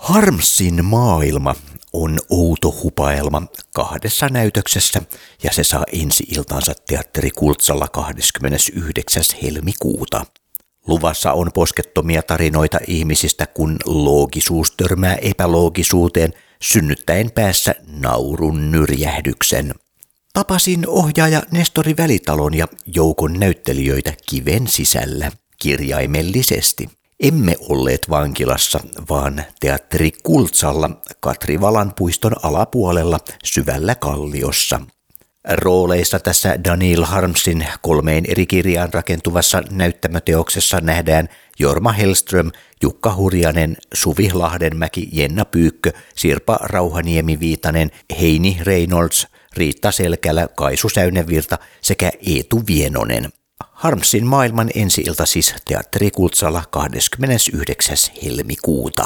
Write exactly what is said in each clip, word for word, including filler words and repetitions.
Harmsin maailma on outo hupaelma kahdessa näytöksessä ja se saa ensi-iltansa Teatteri Kultsalla kahdeskymmenesyhdeksäs helmikuuta. Luvassa on poskettomia tarinoita ihmisistä, kun loogisuus törmää epäloogisuuteen, synnyttäen päässä naurun nyrjähdyksen. Tapasin ohjaaja Nestori Välitalon ja joukon näyttelijöitä kiven sisällä, kirjaimellisesti. Emme olleet vankilassa, vaan Teatteri Kultsalla Katri Valan puiston alapuolella syvällä kalliossa. Rooleissa tässä Daniel Harmsin kolmeen eri kirjaan rakentuvassa näyttämöteoksessa nähdään Jorma Hellström, Jukka Hurjanen, Suvi Lahdenmäki, Jenna Pyykkö, Sirpa Rauhaniemi-Viitanen, Heini Reynolds, Riitta Selkälä, Kaisu Säynävirta sekä Eetu Vienonen. Harmsin maailman ensi-ilta siis Teatteri Kultsalla kahdeskymmenesyhdeksäs helmikuuta.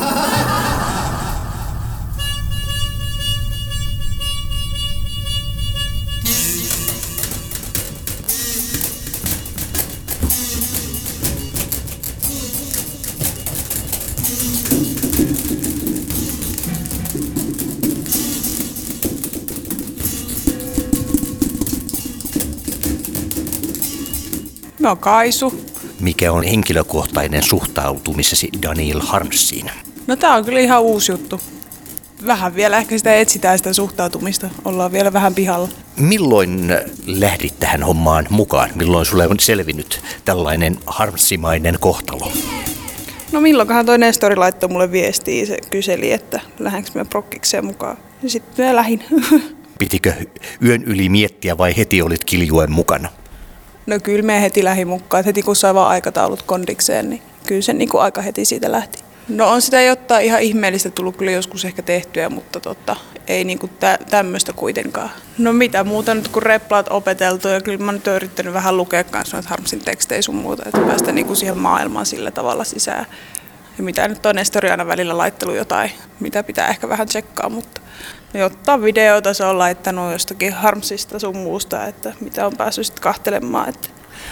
No Kaisu. Mikä on henkilökohtainen suhtautumisesi Daniel Harmsiin? No tää on kyllä ihan uusi juttu. Vähän vielä ehkä sitä etsitään sitä suhtautumista. Ollaan vielä vähän pihalla. Milloin lähdit tähän hommaan mukaan? Milloin sulle on selvinnyt tällainen harmsimainen kohtalo? No milloinkohan toi Nestori laittoi mulle viestiä. Se kyseli, että lähdenkö me prokkikseen mukaan. Ja sitten mä lähdin. Pitikö yön yli miettiä vai heti olit kiljuen mukana? No kyllä me heti lähdin mukaan, että heti kun sai vaan aikataulut kondikseen, niin kyllä se niin kuin aika heti siitä lähti. No on sitä jotain ihan ihmeellistä tullut kyllä joskus ehkä tehtyä, mutta tota, ei niin kuin tä- tämmöistä kuitenkaan. No mitä muuta nyt kun replaat opeteltu ja kyllä mä nyt oon yrittänyt vähän lukea kanssa noita Harmsin tekstejä sun muuta, että päästä niin kuin siihen maailmaan sillä tavalla sisään. Ja mitä nyt on Nestori aina välillä laittelut jotain, mitä pitää ehkä vähän tsekkaa, mutta jotain videoita se on laittanut jostakin Harmsista sun muusta, että mitä on päässyt sitten kahtelemaan. Että.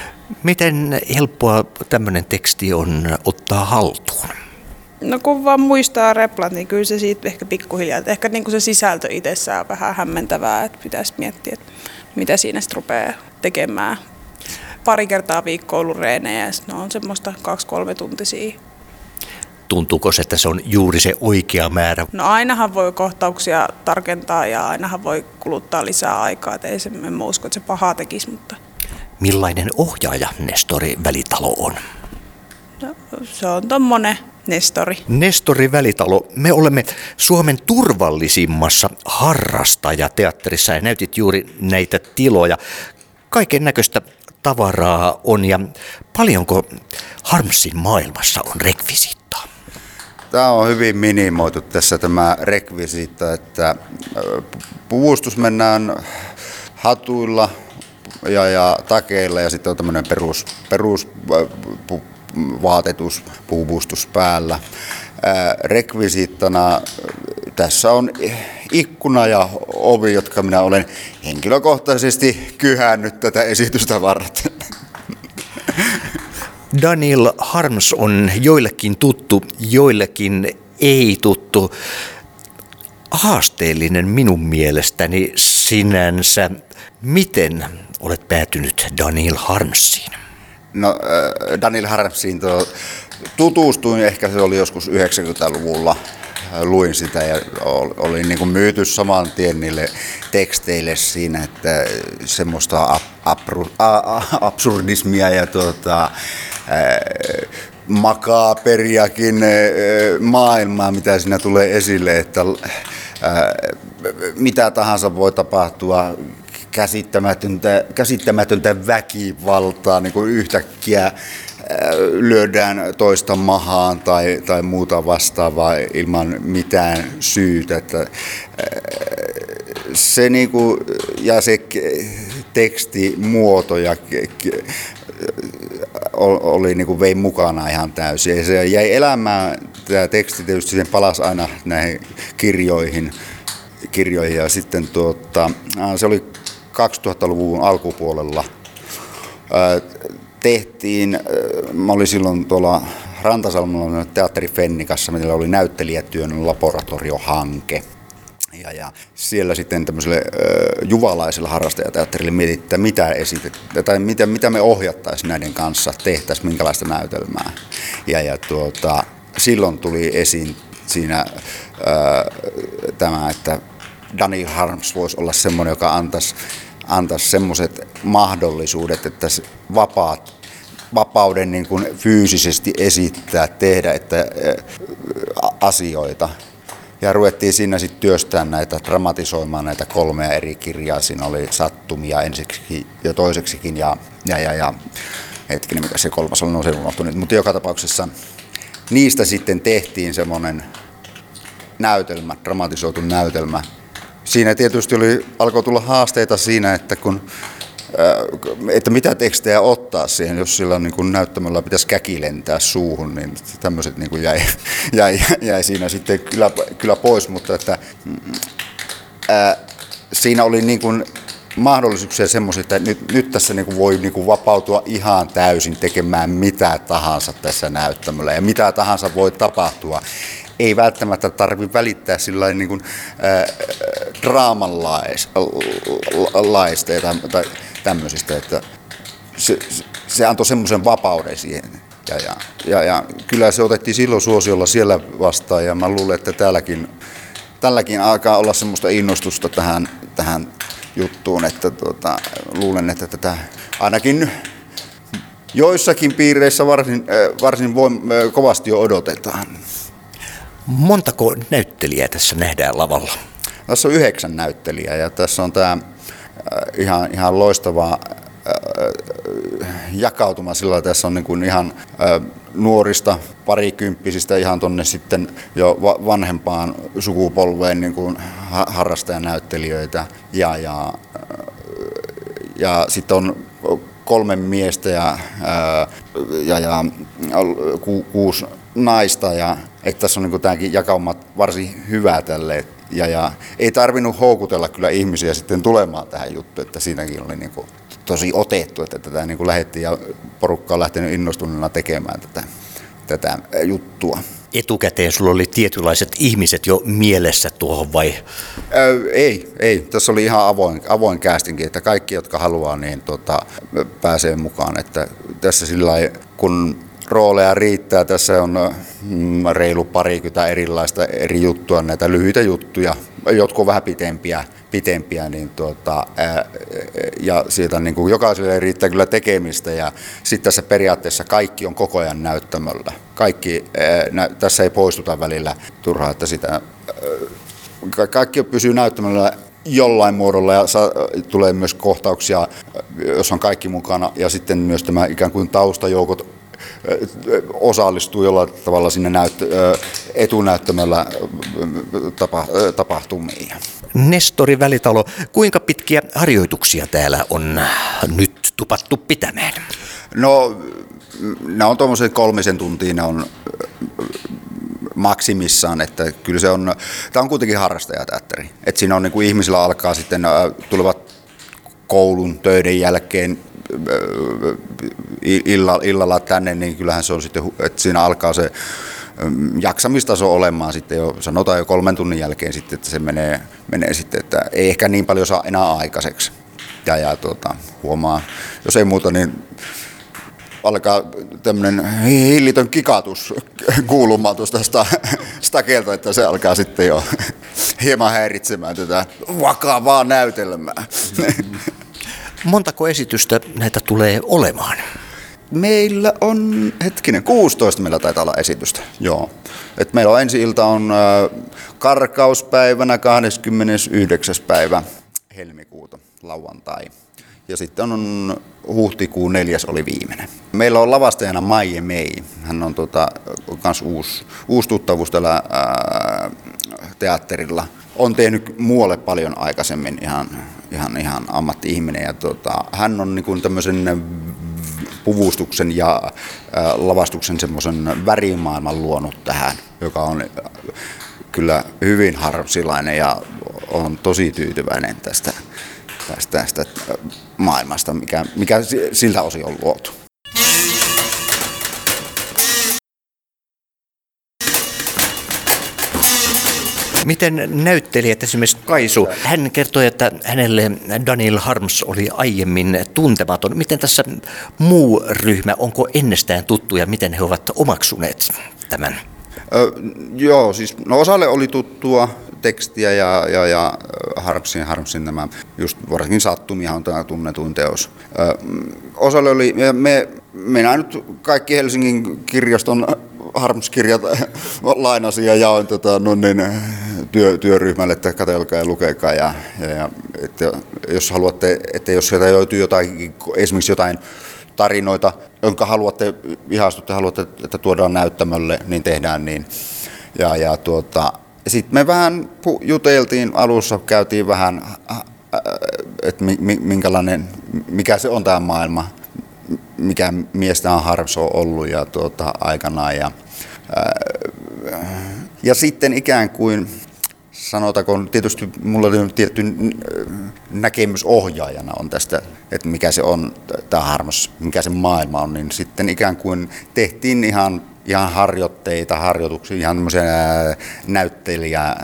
Miten helppoa tämmöinen teksti on ottaa haltuun? No kun vaan muistaa replat, niin kyllä se siitä ehkä pikkuhiljaa, että ehkä niin kuin se sisältö itsessään on vähän hämmentävää, että pitäisi miettiä, että mitä siinä sitten rupeaa tekemään. Pari kertaa viikkoa ollut reenejä ja ne on semmoista kaksi-kolme tuntisia. Tuntuuko se, että se on juuri se oikea määrä? No ainahan voi kohtauksia tarkentaa ja ainahan voi kuluttaa lisää aikaa, että ei se, en mä usko, että se pahaa tekisi, mutta. Millainen ohjaaja Nestori Välitalo on? No, se on tommonen Nestori. Nestori Välitalo, me olemme Suomen turvallisimmassa harrastajateatterissa ja näytit juuri näitä tiloja. Kaiken näköistä tavaraa on ja paljonko Harmsin maailmassa on rekvisiittaa? Tämä on hyvin minimoitu tässä tämä rekvisiitta, että puvustus mennään hatuilla ja, ja takeilla ja sitten on tämmöinen perus, perus pu, vaatetus, puvustus päällä. Rekvisiittana tässä on ikkuna ja ovi, jotka minä olen henkilökohtaisesti kyhännyt tätä esitystä varten. Daniel Harms on joillekin tuttu, joillekin ei tuttu. Haasteellinen minun mielestäni sinänsä. Miten olet päätynyt Daniel Harmsiin? No Daniel Harmsiin tuo, tutustuin, ehkä se oli joskus yhdeksänkymmentäluvulla. Luin sitä ja olin niin kuin myyty saman tien niille teksteille siinä, että semmoista absurdismia ja tuota, makaaperiakin maailmaa, mitä siinä tulee esille, että mitä tahansa voi tapahtua, käsittämätöntä, käsittämätöntä väkivaltaa niin kuin yhtäkkiä lyödään toista mahaan tai, tai muuta vastaavaa ilman mitään syytä. Että se niinku, ja se tekstimuoto ja oli niinku vei mukana ihan täysin. Ja se jäi elämään, tämä teksti tietysti sen palasi aina näihin kirjoihin, kirjoihin ja sitten tuota, se oli kaksituhattaluvun alkupuolella. Tehtiin, mä olin silloin tuolla Rantasalmella teatteri Fennikassa, meillä oli näyttelijätyön laboratoriohanke. Ja, ja siellä sitten tämmöiselle ö, juvalaiselle harrastajateatterille mietittiin, mitä esitetään, tai mitä, mitä me ohjattaisiin näiden kanssa, tehtäisiin minkälaista näytelmää. Ja, ja tuota, silloin tuli esiin siinä ö, tämä, että Daniel Harms voisi olla semmoinen, joka antaisi, antaisi semmoiset mahdollisuudet, että vapaat, vapauden niin kuin fyysisesti esittää, tehdä että, ö, asioita. Ja ruvettiin siinä sitten työstämään näitä, dramatisoimaan näitä kolmea eri kirjaa. Siinä oli sattumia ensiksi ja toiseksikin ja, ja, ja, ja hetkinen, mikä se kolmas oli, no se unohtui nyt. Mutta joka tapauksessa niistä sitten tehtiin semmoinen näytelmä, dramatisoitu näytelmä. Siinä tietysti oli, alkoi tulla haasteita siinä, että kun että mitä tekstejä ottaa siihen, jos sillä niin kuin näyttämällä pitäisi käki lentää suuhun, niin tämmöiset niin kuin jäi, jäi, jäi siinä sitten kyllä, kyllä pois, mutta että, ää, siinä oli niin kuin mahdollisuuksia semmoisia, että nyt, nyt tässä niin kuin voi niin kuin vapautua ihan täysin tekemään mitä tahansa tässä näyttämällä ja mitä tahansa voi tapahtua. Ei välttämättä tarvitse välittää sillä niin kuin ää, draamanlaista tai, tai tämmöisistä, että se, se antoi semmoisen vapauden siihen. Ja, ja, ja, ja kyllä se otettiin silloin suosiolla siellä vastaan ja mä luulen, että täälläkin, tälläkin alkaa olla semmoista innostusta tähän, tähän juttuun, että tuota, luulen, että tätä ainakin joissakin piireissä varsin, varsin voim, kovasti jo odotetaan. Montako näyttelijää tässä nähdään lavalla? Tässä on yhdeksän näyttelijää ja tässä on tämä ihan, ihan loistava jakautuma sillä lailla, tässä on niin kuin ihan nuorista parikymppisistä ihan tonne sitten jo vanhempaan sukupolveen niin kuin harrastajanäyttelijöitä ja, ja, ja sitten on kolme miestä ja, ja, ja ku, kuusi naista ja että tässä on niin kuin tämäkin jakauma varsin hyvä tälle ja, ja ei tarvinnut houkutella kyllä ihmisiä sitten tulemaan tähän juttuun, että siinäkin oli niin kuin tosi otettu, että tätä niin kuin lähdettiin ja porukka on lähtenyt innostuneena tekemään tätä, tätä juttua. Etukäteen sulla oli tietynlaiset ihmiset jo mielessä tuohon vai? Öö, ei, ei. Tässä oli ihan avoin, avoin castingin, että kaikki, jotka haluaa, niin tota, pääsee mukaan. Että tässä sillä lailla, kun rooleja riittää, tässä on mm, reilu parikymmentä erilaista eri juttua, näitä lyhyitä juttuja, jotkut vähän pitempiä, pitempiä niin tuota, ää, ja siitä niin kuin jokaiselle riittää kyllä tekemistä ja sitten tässä periaatteessa kaikki on koko ajan näyttämöllä. Kaikki, ää, nä, tässä ei poistuta välillä turhaa, että sitä, ää, kaikki pysyy näyttämöllä jollain muodolla ja saa, tulee myös kohtauksia, jos on kaikki mukana ja sitten myös tämä ikään kuin taustajoukot osallistuu jollain tavalla sinne näyttö, etunäyttämällä tapa, tapahtumiin. Nestori Välitalo, kuinka pitkiä harjoituksia täällä on nyt tupattu pitämään? No, nämä on tuommoisen kolmisen tuntia, ne on maksimissaan, että kyllä se on, tämä on kuitenkin harrastajateatteri, että siinä on niin kuin ihmisillä alkaa sitten, tulevat koulun töiden jälkeen illalla tänne, niin kyllähän se on sitten, että siinä alkaa se jaksamistaso olemaan sitten jo, sanotaan jo kolmen tunnin jälkeen sitten, että se menee, menee sitten, että ei ehkä niin paljon saa enää aikaiseksi. Ja, ja tuota, huomaa, jos ei muuta, niin alkaa tämmöinen hillitön kikatus kuulumaan tuosta stakelta, että se alkaa sitten jo hieman häiritsemään tätä vakavaa näytelmää. Montako esitystä näitä tulee olemaan? Meillä on, hetkinen, kuusitoista meillä taitaa olla esitystä, joo. Et meillä on ensi ilta on äh, karkauspäivänä kahdeskymmenesyhdeksäs päivä helmikuuta, lauantai. Ja sitten on huhtikuun neljäs oli viimeinen. Meillä on lavastajana Maije Mei. Hän on tota, kans uusi, uusi tuttavuus tällä ää, teatterilla. On tehnyt muualle paljon aikaisemmin ihan, ihan, ihan ammatti-ihminen. Ja tota, hän on niin kuin tämmöisen puvustuksen ja ää, lavastuksen semmoisen värimaailman luonut tähän, joka on kyllä hyvin harvsilainen ja on tosi tyytyväinen tästä. Tästä, tästä maailmasta, mikä, mikä siltä osin on luotu. Miten näyttelijät, esimerkiksi Kaisu, hän kertoi, että hänelle Daniel Harms oli aiemmin tuntematon. Miten tässä muu ryhmä, onko ennestään tuttuja, miten he ovat omaksuneet tämän? Ö, joo, siis no osalle oli tuttua tekstiä ja, ja, ja Harmsin, Harmsin nämä, just varsinkin Sattumia on tämä tunnetuin teos. Ö, osalle oli, me, minä nyt kaikki Helsingin kirjaston Harms-kirjat lainasin ja jaoin tota, no niin, työ, työryhmälle, että katselkaa ja lukekaa. Ja, ja, ja, että jos haluatte, että jos sieltä löytyy jotain, esimerkiksi jotain tarinoita, jonka haluatte, ihastutte, haluatte, että tuodaan näyttämölle, niin tehdään niin. Ja, ja tuota, sitten me vähän juteltiin alussa, käytiin vähän, että minkälainen, mikä se on tämä maailma, mikä miestä on Harms on ollut ja tuota, aikanaan. Ja, ja sitten ikään kuin, sanotaanko, tietysti mulla oli tietty näkemys ohjaajana on tästä, että mikä se on tämä Harms, mikä se maailma on, niin sitten ikään kuin tehtiin ihan, ihan harjoitteita, harjoituksia, ihan tämmöisiä näyttelijä,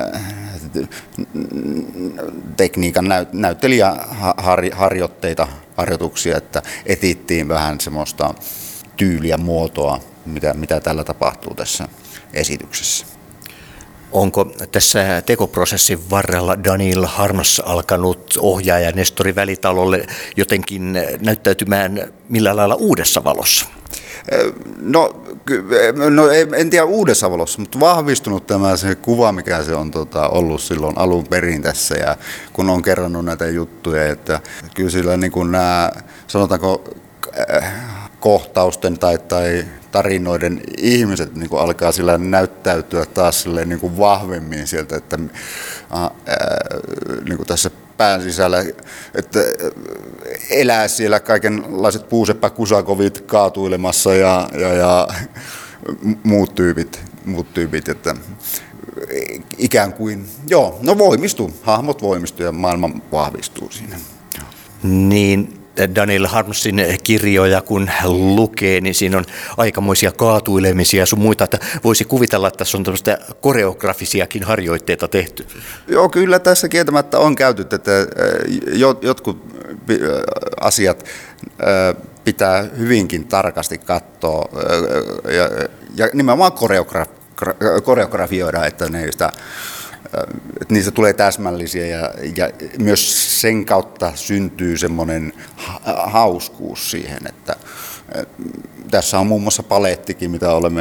tekniikan näyttelijäharjoitteita, harjoituksia, että etittiin vähän semmoista tyyliä, muotoa, mitä, mitä tällä tapahtuu tässä esityksessä. Onko tässä tekoprosessin varrella Daniel Harms alkanut ohjaaja Nestori Välitalolle jotenkin näyttäytymään millä lailla uudessa valossa? No, no en tiedä uudessa valossa, mutta vahvistunut tämä se kuva, mikä se on tota, ollut silloin alun perin tässä. Ja kun on kerrannut näitä juttuja, että kyllä sillä niin kuin nämä, sanotaanko, kohtausten tai, tai tarinoiden ihmiset niin kuin alkaa sillä näyttäytyä taas silleen, niin kuin vahvemmin sieltä, että ää, niin kuin tässä pään sisällä, että elää siellä kaikenlaiset puuseppäkusakovit kaatuilemassa ja, ja, ja muut tyypit, muut tyypit, että ikään kuin, joo, no voimistuu, hahmot voimistuu ja maailma vahvistuu siinä. Niin. Daniel Harmsin kirjoja kun lukee, niin siinä on aikamoisia kaatuilemisia ja sun muita, että voisi kuvitella, että tässä on tämmöistä koreografisiakin harjoitteita tehty. Joo, kyllä tässä kieltämättä on käyty, että jotkut asiat pitää hyvinkin tarkasti katsoa ja, ja nimenomaan koreogra- koreografioida, että ne sitä että niistä tulee täsmällisiä ja, ja myös sen kautta syntyy semmoinen hauskuus siihen, että tässä on muun muassa palettikin, mitä olemme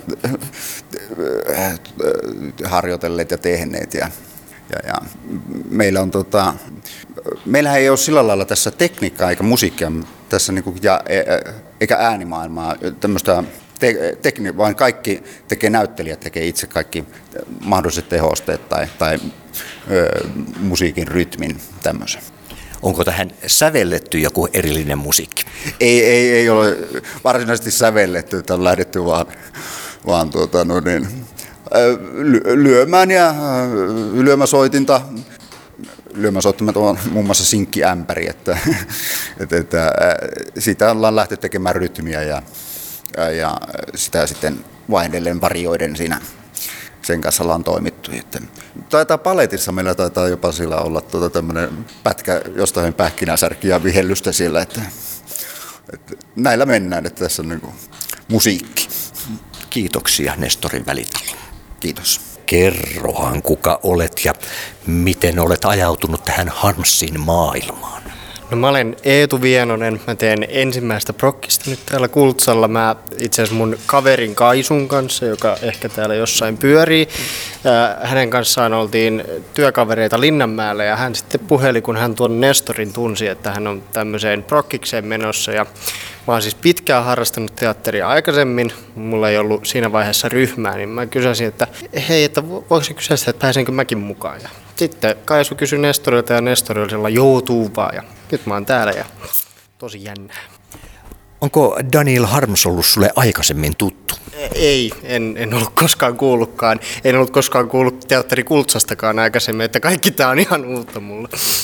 harjoitelleet ja tehneet ja, ja, ja meillä on tota, meillähän ei ole sillä lailla tässä tekniikkaa eikä musiikkia tässä niinku, ja, eikä äänimaailmaa tämmöistä Te, tekni, vaan kaikki tekee, näyttelijät tekee itse kaikki mahdolliset tehosteet tai, tai ö, musiikin rytmin tämmöisen. Onko tähän sävelletty joku erillinen musiikki? Ei, ei, ei ole varsinaisesti sävelletty, että on lähdetty vaan, vaan tuota, no niin, lyömään ja lyömäsoitinta. Lyömäsoittimet on muun muassa sinkkiämpäri, että, että, että siitä ollaan lähty tekemään rytmiä ja ja sitä sitten vaihdellen varioiden siinä sen kanssa ollaan toimittu. Taitaa paletissa meillä taitaa jopa sillä olla tuota tämmöinen pätkä jostain pähkinäsärkiä ja vihellystä siellä, että, että näillä mennään, että tässä on niin kuin musiikki. Kiitoksia Nestorin Välitalo. Kiitos. Kerrohan kuka olet ja miten olet ajautunut tähän Harmsin maailmaan. No mä olen Eetu Vienonen, mä teen ensimmäistä prokkista nyt täällä Kultsalla. Mä itse asiassa mun kaverin Kaisun kanssa, joka ehkä täällä jossain pyörii. Hänen kanssaan oltiin työkavereita Linnanmäellä ja hän sitten puheli, kun hän tuon Nestorin tunsi, että hän on tämmöiseen prokkikseen menossa. Ja mä oon siis pitkään harrastanut teatteria aikaisemmin, mulla ei ollut siinä vaiheessa ryhmää, niin mä kysäsin, että hei, että voiko se kysyä sitä, että pääsenkö mäkin mukaan. Ja sitten Kaisu kysyi Nestorilta ja Nestori oli sellainen joutuu vaan ja nyt mä oon täällä ja tosi jännää. Onko Daniel Harms ollut sulle aikaisemmin tuttu? Ei, en, en ollut koskaan kuullutkaan. En ollut koskaan kuullut teatteri Kultsastakaan aikaisemmin, että kaikki tää on ihan uutta mulle.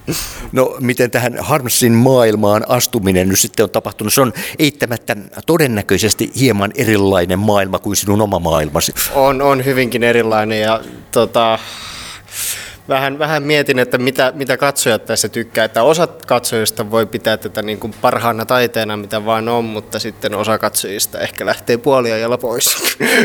No miten tähän Harmsin maailmaan astuminen nyt sitten on tapahtunut? Se on eittämättä todennäköisesti hieman erilainen maailma kuin sinun oma maailmasi. On, on hyvinkin erilainen ja tota, vähän, vähän mietin, että mitä, mitä katsojat tässä tykkää. Että osa katsojista voi pitää tätä niin kuin parhaana taiteena, mitä vaan on, mutta sitten osa katsojista ehkä lähtee puoliajalla pois.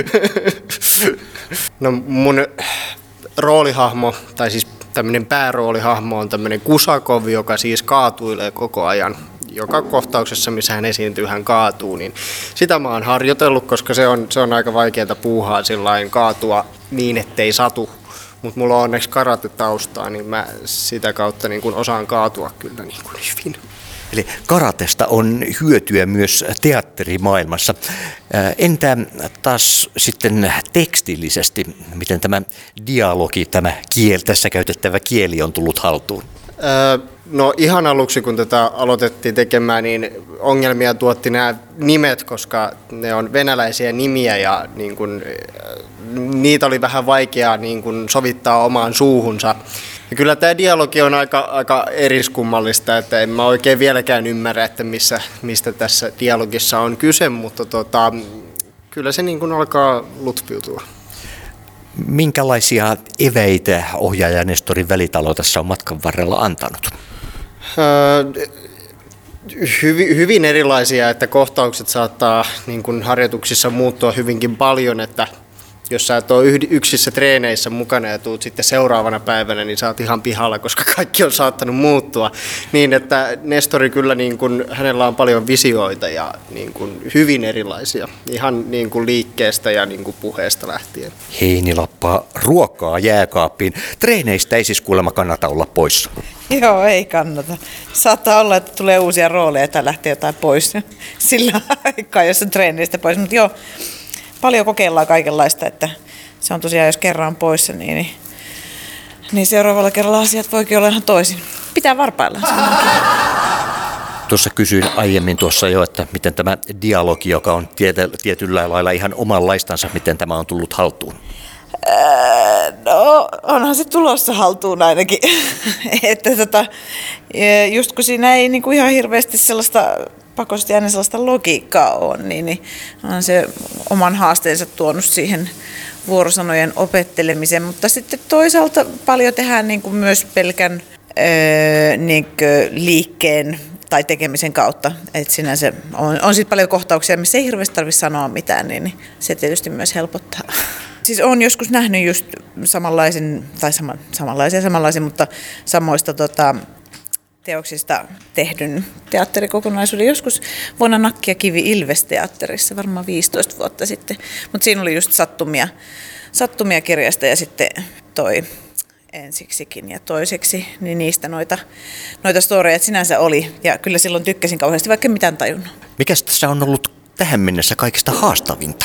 No mun roolihahmo, tai siis tämmöinen pääroolihahmo on tämmöinen Kusakov, joka siis kaatuilee koko ajan. Joka kohtauksessa, missä hän esiintyy, hän kaatuu, niin sitä mä oon harjoitellut, koska se on, se on aika vaikeaa puuhaa sillain kaatua niin, ettei satu. Mutta mulla on onneksi karate-taustaa, niin mä sitä kautta niin kun osaan kaatua kyllä niin kun hyvin. Eli karatesta on hyötyä myös teatterimaailmassa. Entä taas sitten tekstillisesti, miten tämä dialogi, tämä kiel, tässä käytettävä kieli on tullut haltuun? No ihan aluksi, kun tätä aloitettiin tekemään, niin ongelmia tuotti nämä nimet, koska ne on venäläisiä nimiä ja niin kun, niitä oli vähän vaikeaa niin kun sovittaa omaan suuhunsa. Ja kyllä tämä dialogi on aika, aika eriskummallista, että en mä oikein vieläkään ymmärrä, että missä, mistä tässä dialogissa on kyse, mutta tota, kyllä se niin kun alkaa lutviutua. Minkälaisia eväitä ohjaaja Nestori Välitalo tässä on matkan varrella antanut? Öö, hyvin, hyvin erilaisia, että kohtaukset saattaa niin kuin harjoituksissa muuttua hyvinkin paljon, että jos sä et ole yksissä treeneissä mukana ja tuut sitten seuraavana päivänä, niin sä oot ihan pihalla, koska kaikki on saattanut muuttua. Niin, että Nestori kyllä, niin kuin, hänellä on paljon visioita ja niin kuin, hyvin erilaisia, ihan niin kuin liikkeestä ja niin kuin puheesta lähtien. Heini lappaa ruokaa jääkaappiin. Treeneistä ei siis kuulemma kannata olla poissa. Joo, ei kannata. Saattaa olla, että tulee uusia rooleja tai lähtee jotain pois sillä aikaa, jos on treeneistä pois. Mutta joo, paljon kokeillaan kaikenlaista, että se on tosiaan, jos kerran on poissa, niin, niin, niin seuraavalla kerralla asiat voikin olla ihan toisin. Pitää varpailla. Tuossa kysyin aiemmin tuossa jo, että miten tämä dialogi, joka on tietyllä lailla ihan omanlaistansa, miten tämä on tullut haltuun? No, onhan se tulossa haltuun ainakin. Että tota, just kun siinä ei niinku ihan hirveästi sellaista pakosti aina sellaista logiikkaa ole, niin, niin on se oman haasteensa tuonut siihen vuorosanojen opettelemiseen, mutta sitten toisaalta paljon tehdään niin kuin myös pelkän öö, niin kuin liikkeen tai tekemisen kautta. Et sinänsä on, on sitten paljon kohtauksia, missä ei hirveästi tarvitse sanoa mitään, niin, niin se tietysti myös helpottaa. Siis olen joskus nähnyt just samanlaisen, tai sama, samanlaisia samanlaisia, mutta samoista tota, teoksista tehdyn teatterikokonaisuuden joskus vuonna Nakki ja kivi Ilves-teatterissa, varmaan viisitoista vuotta sitten. Mutta siinä oli just sattumia, sattumia kirjasta ja sitten toi ensiksikin ja toiseksi, niin niistä noita, noita storeja sinänsä oli. Ja kyllä silloin tykkäsin kauheasti, vaikka mitään tajunnut. Mikäs tässä on ollut tähän mennessä kaikista haastavinta?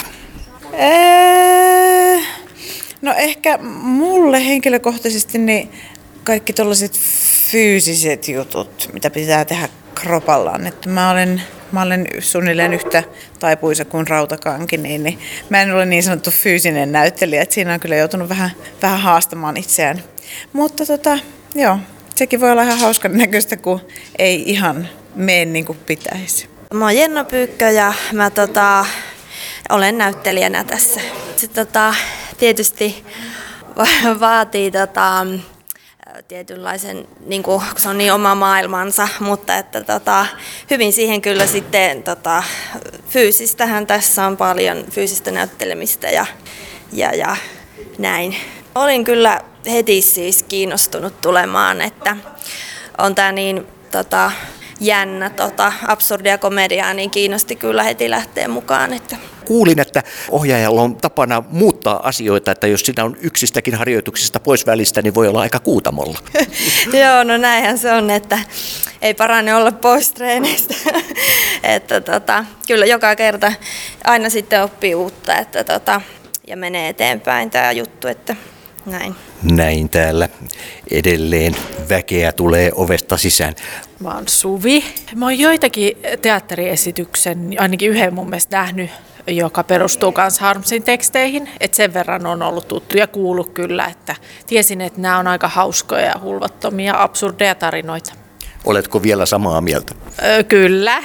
Eee, no ehkä mulle henkilökohtaisesti niin kaikki tollaiset fyysiset jutut, mitä pitää tehdä kropallaan. Että mä olen, mä olen suunnilleen yhtä taipuisa kuin rautakanki, niin, niin mä en ole niin sanottu fyysinen näyttelijä, että siinä on kyllä joutunut vähän, vähän haastamaan itseään. Mutta tota, joo, sekin voi olla ihan hauskan näköistä, kun ei ihan mene niin kuin pitäisi. Mä oon Jenna Pyykkö ja mä tota, olen näyttelijänä tässä. Se tota, tietysti vaatii tota, tietynlaisen, niin kuin, kun se on niin oma maailmansa, mutta että, tota, hyvin siihen kyllä sitten tota, fyysistähän tässä on paljon fyysistä näyttelemistä ja, ja, ja näin. Olin kyllä heti siis kiinnostunut tulemaan, että on tää niin tota, jännä tota, absurdia komediaa, niin kiinnosti kyllä heti lähteä mukaan. Että. Kuulin, että ohjaajalla on tapana muuttaa asioita, että jos siinä on yksistäkin harjoituksista pois välistä, niin voi olla aika kuutamolla. Joo, no näinhän se on, että ei parane olla pois treeneistä. että, tota, kyllä joka kerta aina sitten oppii uutta että, tota, ja menee eteenpäin tämä juttu, että näin. Näin täällä edelleen väkeä tulee ovesta sisään. Mä oon Suvi. Mä oon joitakin teatteriesityksen, ainakin yhden mun mielestä nähnyt joka perustuu myös Harmsin teksteihin. Et sen verran on ollut tuttu ja kuullut kyllä, että tiesin, että nämä on aika hauskoja ja hulvattomia, absurdeja tarinoita. Oletko vielä samaa mieltä? Öö, kyllä,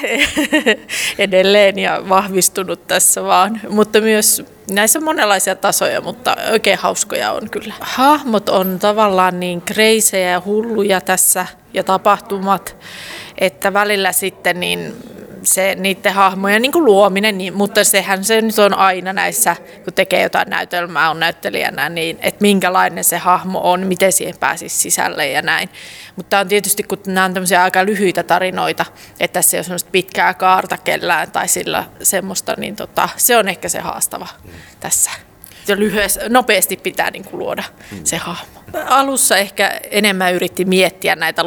edelleen ja vahvistunut tässä vaan, mutta myös näissä on monenlaisia tasoja, mutta oikein hauskoja on kyllä. Hahmot on tavallaan niin kreisejä ja hulluja tässä ja tapahtumat, että välillä sitten niin se niiden hahmojen niin kuin luominen, niin, mutta sehän se nyt on aina näissä, kun tekee jotain näytelmää, on näyttelijänä, niin että minkälainen se hahmo on, miten siihen pääsisi sisälle ja näin. Mutta on tietysti, kun nämä on tämmöisiä aika lyhyitä tarinoita, että tässä ei ole semmoista pitkää kaarta kellään tai sillä semmoista, niin tota, se on ehkä se haastava mm. tässä. Lyhyesti, nopeasti pitää niin kuin luoda mm. se hahmo. Alussa ehkä enemmän yritti miettiä näitä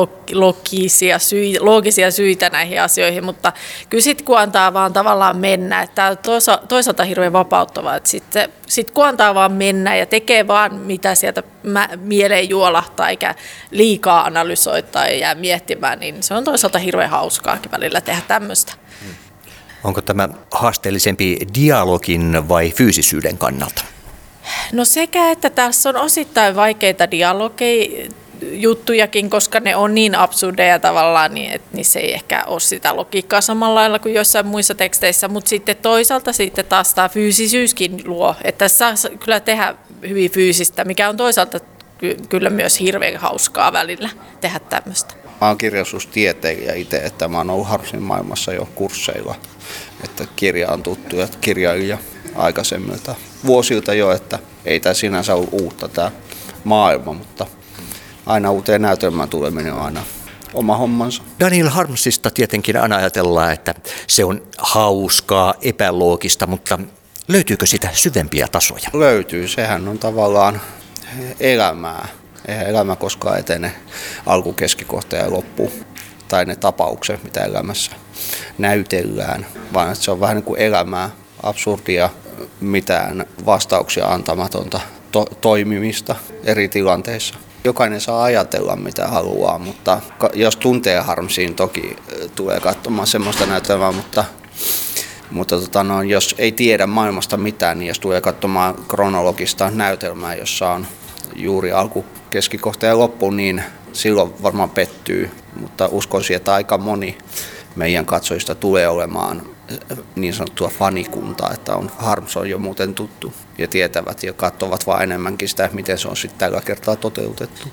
logisia syitä, loogisia syitä näihin asioihin, mutta kyllä sitten kun antaa vaan tavallaan mennä, että on toisaalta hirveän vapauttavaa, että sitten sit kun antaa vaan mennä ja tekee vaan mitä sieltä mieleen juolahtaa eikä liikaa analysoi tai jää miettimään, niin se on toisaalta hirveän hauskaakin välillä tehdä tämmöistä. Mm. Onko tämä haasteellisempi dialogin vai fyysisyyden kannalta? No sekä, että tässä on osittain vaikeita dialogeja juttujakin, koska ne on niin absurdeja tavallaan, niin että niissä ei ehkä ole sitä logiikkaa samalla lailla kuin joissain muissa teksteissä, mutta sitten toisaalta sitten taas tämä fyysisyyskin luo, että saa kyllä tehdä hyvin fyysistä, mikä on toisaalta kyllä myös hirveän hauskaa välillä tehdä tämmöistä. Mä oon kirjallisuustieteilijä itse, että mä oon ollut Harmsin maailmassa jo kursseilla, että kirja on tuttu ja kirjailija aikaisemmilta vuosilta jo, että ei tämä sinänsä ollut uutta tämä maailma, mutta aina uuteen näytelmään tuleminen on aina oma hommansa. Daniel Harmsista tietenkin aina ajatellaan, että se on hauskaa, epäloogista, mutta löytyykö sitä syvempiä tasoja? Löytyy, sehän on tavallaan elämää. Eihän elämä koskaan etene alku, keskikohta ja loppu, tai ne tapaukset, mitä elämässä näytellään, vaan että se on vähän niin kuin elämää, absurdia, mitään vastauksia antamatonta to- toimimista eri tilanteissa. Jokainen saa ajatella mitä haluaa, mutta jos tuntee Harmsiin, toki tulee katsomaan semmoista näytelmää, mutta, mutta tota no, jos ei tiedä maailmasta mitään, niin jos tulee katsomaan kronologista näytelmää, jossa on juuri alku, keskikohta ja loppu, niin silloin varmaan pettyy, mutta uskoisin, että aika moni meidän katsojista tulee olemaan niin sanottua fanikuntaa, että on Harms on jo muuten tuttu ja tietävät ja katsovat vaan enemmänkin sitä, miten se on sitten tällä kertaa toteutettu.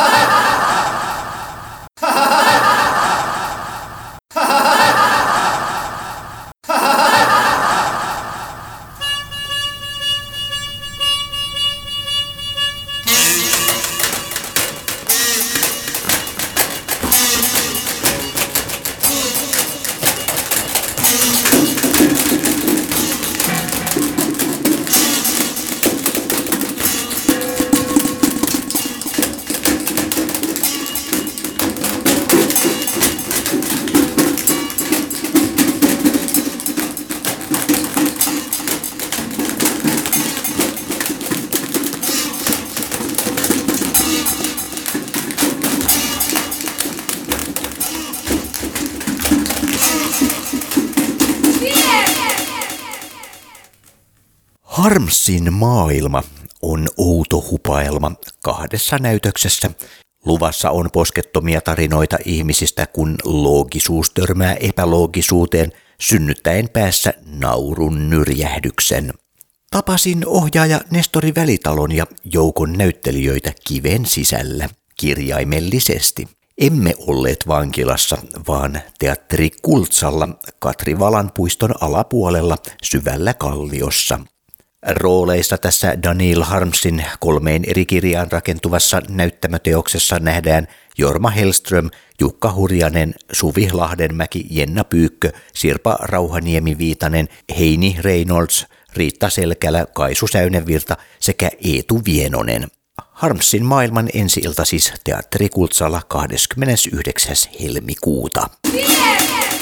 Harmsin maailma on outo hupaelma kahdessa näytöksessä. Luvassa on poskettomia tarinoita ihmisistä, kun loogisuus törmää epäloogisuuteen, synnyttäen päässä naurun nyrjähdyksen. Tapasin ohjaaja Nestori Välitalon ja joukon näyttelijöitä kiven sisällä, kirjaimellisesti. Emme olleet vankilassa, vaan teatteri Kultsalla Katri Valan puiston alapuolella syvällä kalliossa. Rooleissa tässä Daniel Harmsin kolmeen eri kirjaan rakentuvassa näyttämöteoksessa nähdään Jorma Hellström, Jukka Hurjanen, Suvi Lahdenmäki, Jenna Pyykkö, Sirpa Rauhaniemi-Viitanen, Heini Reynolds, Riitta Selkälä, Kaisu Säynenvirta sekä Eetu Vienonen. Harmsin maailman ensi-ilta siis teatteri Kultsalla kahdeskymmenesyhdeksäs helmikuuta. Yeah!